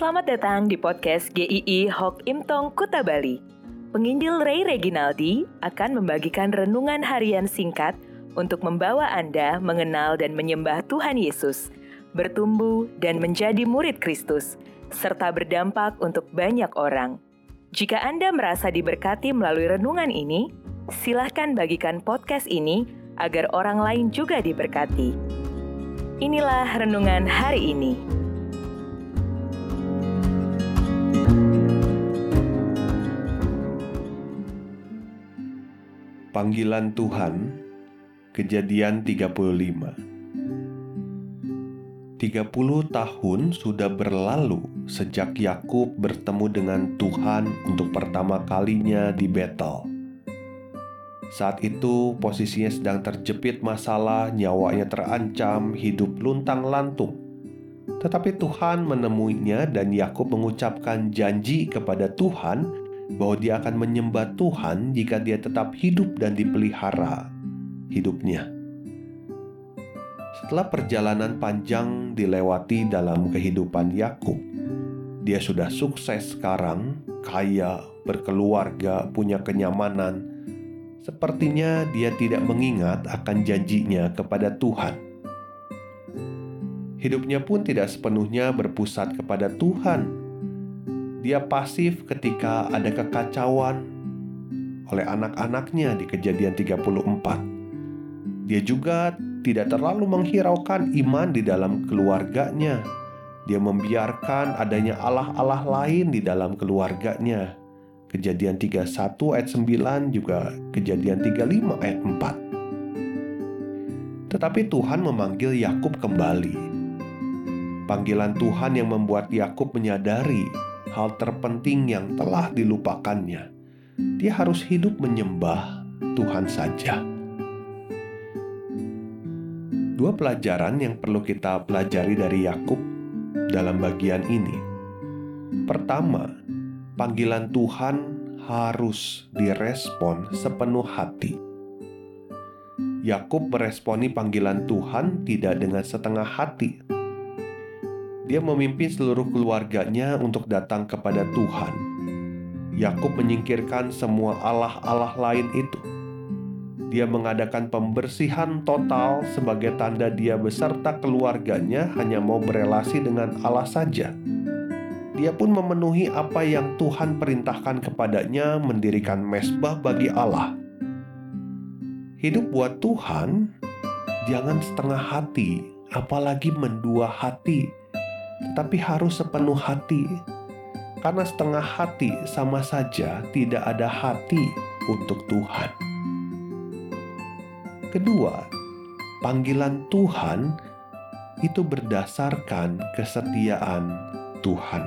Selamat datang di podcast GII Hok Imtong Kuta Bali. Penginjil Ray Reginaldi akan membagikan renungan harian singkat untuk membawa Anda mengenal dan menyembah Tuhan Yesus, bertumbuh dan menjadi murid Kristus, serta berdampak untuk banyak orang. Jika Anda merasa diberkati melalui renungan ini, silahkan bagikan podcast ini agar orang lain juga diberkati. Inilah renungan hari ini. Panggilan Tuhan, Kejadian 35. 30 tahun sudah berlalu sejak Yakub bertemu dengan Tuhan untuk pertama kalinya di Betel. Saat itu posisinya sedang terjepit masalah, nyawanya terancam, hidup luntang-lantung. Tetapi Tuhan menemuinya dan Yakub mengucapkan janji kepada Tuhan bahwa dia akan menyembah Tuhan jika dia tetap hidup dan dipelihara hidupnya. Setelah perjalanan panjang dilewati dalam kehidupan Yakub, dia sudah sukses sekarang, kaya, berkeluarga, punya kenyamanan. Sepertinya dia tidak mengingat akan janjinya kepada Tuhan. Hidupnya pun tidak sepenuhnya berpusat kepada Tuhan. Dia pasif ketika ada kekacauan oleh anak-anaknya di Kejadian 34. Dia juga tidak terlalu menghiraukan iman di dalam keluarganya. Dia membiarkan adanya allah-allah lain di dalam keluarganya. Kejadian 31 ayat 9 juga Kejadian 35 ayat 4. Tetapi Tuhan memanggil Yakub kembali. Panggilan Tuhan yang membuat Yakub menyadari hal terpenting yang telah dilupakannya. Dia harus hidup menyembah Tuhan saja. Dua pelajaran yang perlu kita pelajari dari Yakub dalam bagian ini. Pertama, panggilan Tuhan harus direspon sepenuh hati. Yakub meresponi panggilan Tuhan tidak dengan setengah hati. Dia memimpin seluruh keluarganya untuk datang kepada Tuhan. Yakub menyingkirkan semua allah-allah lain itu. Dia mengadakan pembersihan total sebagai tanda dia beserta keluarganya hanya mau berelasi dengan Allah saja. Dia pun memenuhi apa yang Tuhan perintahkan kepadanya, mendirikan mezbah bagi Allah. Hidup buat Tuhan, jangan setengah hati, apalagi mendua hati, tetapi harus sepenuh hati. Karena setengah hati sama saja tidak ada hati untuk Tuhan. Kedua, panggilan Tuhan itu berdasarkan kesetiaan Tuhan.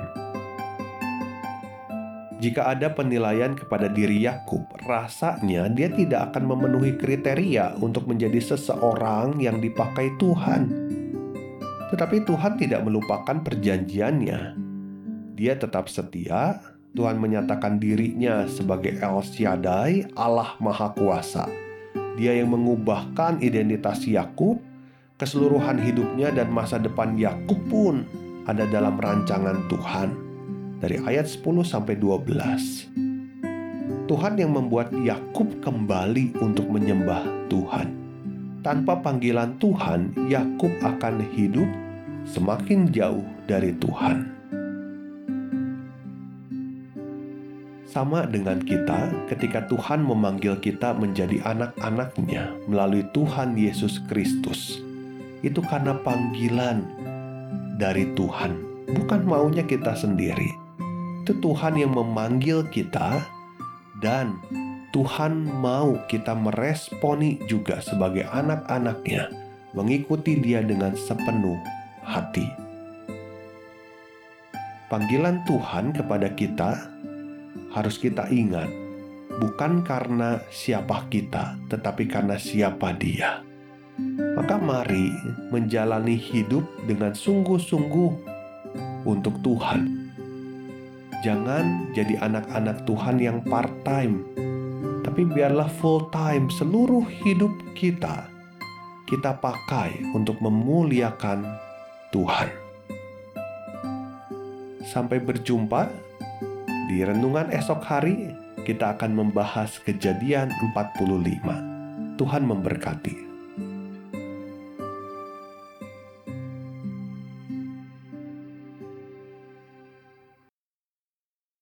Jika ada penilaian kepada diri Yakub, rasanya dia tidak akan memenuhi kriteria untuk menjadi seseorang yang dipakai Tuhan. Tetapi Tuhan tidak melupakan perjanjiannya. Dia tetap setia. Tuhan menyatakan dirinya sebagai El Shaddai, Allah Maha Kuasa. Dia yang mengubahkan identitas Yakub, keseluruhan hidupnya dan masa depan Yakub pun ada dalam rancangan Tuhan. Dari ayat 10 sampai 12. Tuhan yang membuat Yakub kembali untuk menyembah Tuhan. Tanpa panggilan Tuhan, Yakub akan hidup semakin jauh dari Tuhan. Sama dengan kita, ketika Tuhan memanggil kita menjadi anak-anak-Nya melalui Tuhan Yesus Kristus, itu karena panggilan dari Tuhan, bukan maunya kita sendiri. Itu Tuhan yang memanggil kita, dan Tuhan mau kita meresponi juga sebagai anak-anak-Nya, mengikuti Dia dengan sepenuh hati. Panggilan Tuhan kepada kita harus kita ingat, bukan karena siapa kita, tetapi karena siapa Dia. Maka mari menjalani hidup dengan sungguh-sungguh untuk Tuhan. Jangan jadi anak-anak Tuhan yang part-time, tapi biarlah full-time. Seluruh hidup kita pakai untuk memuliakan Tuhan. Sampai berjumpa di renungan esok hari. Kita akan membahas Kejadian 45. Tuhan memberkati.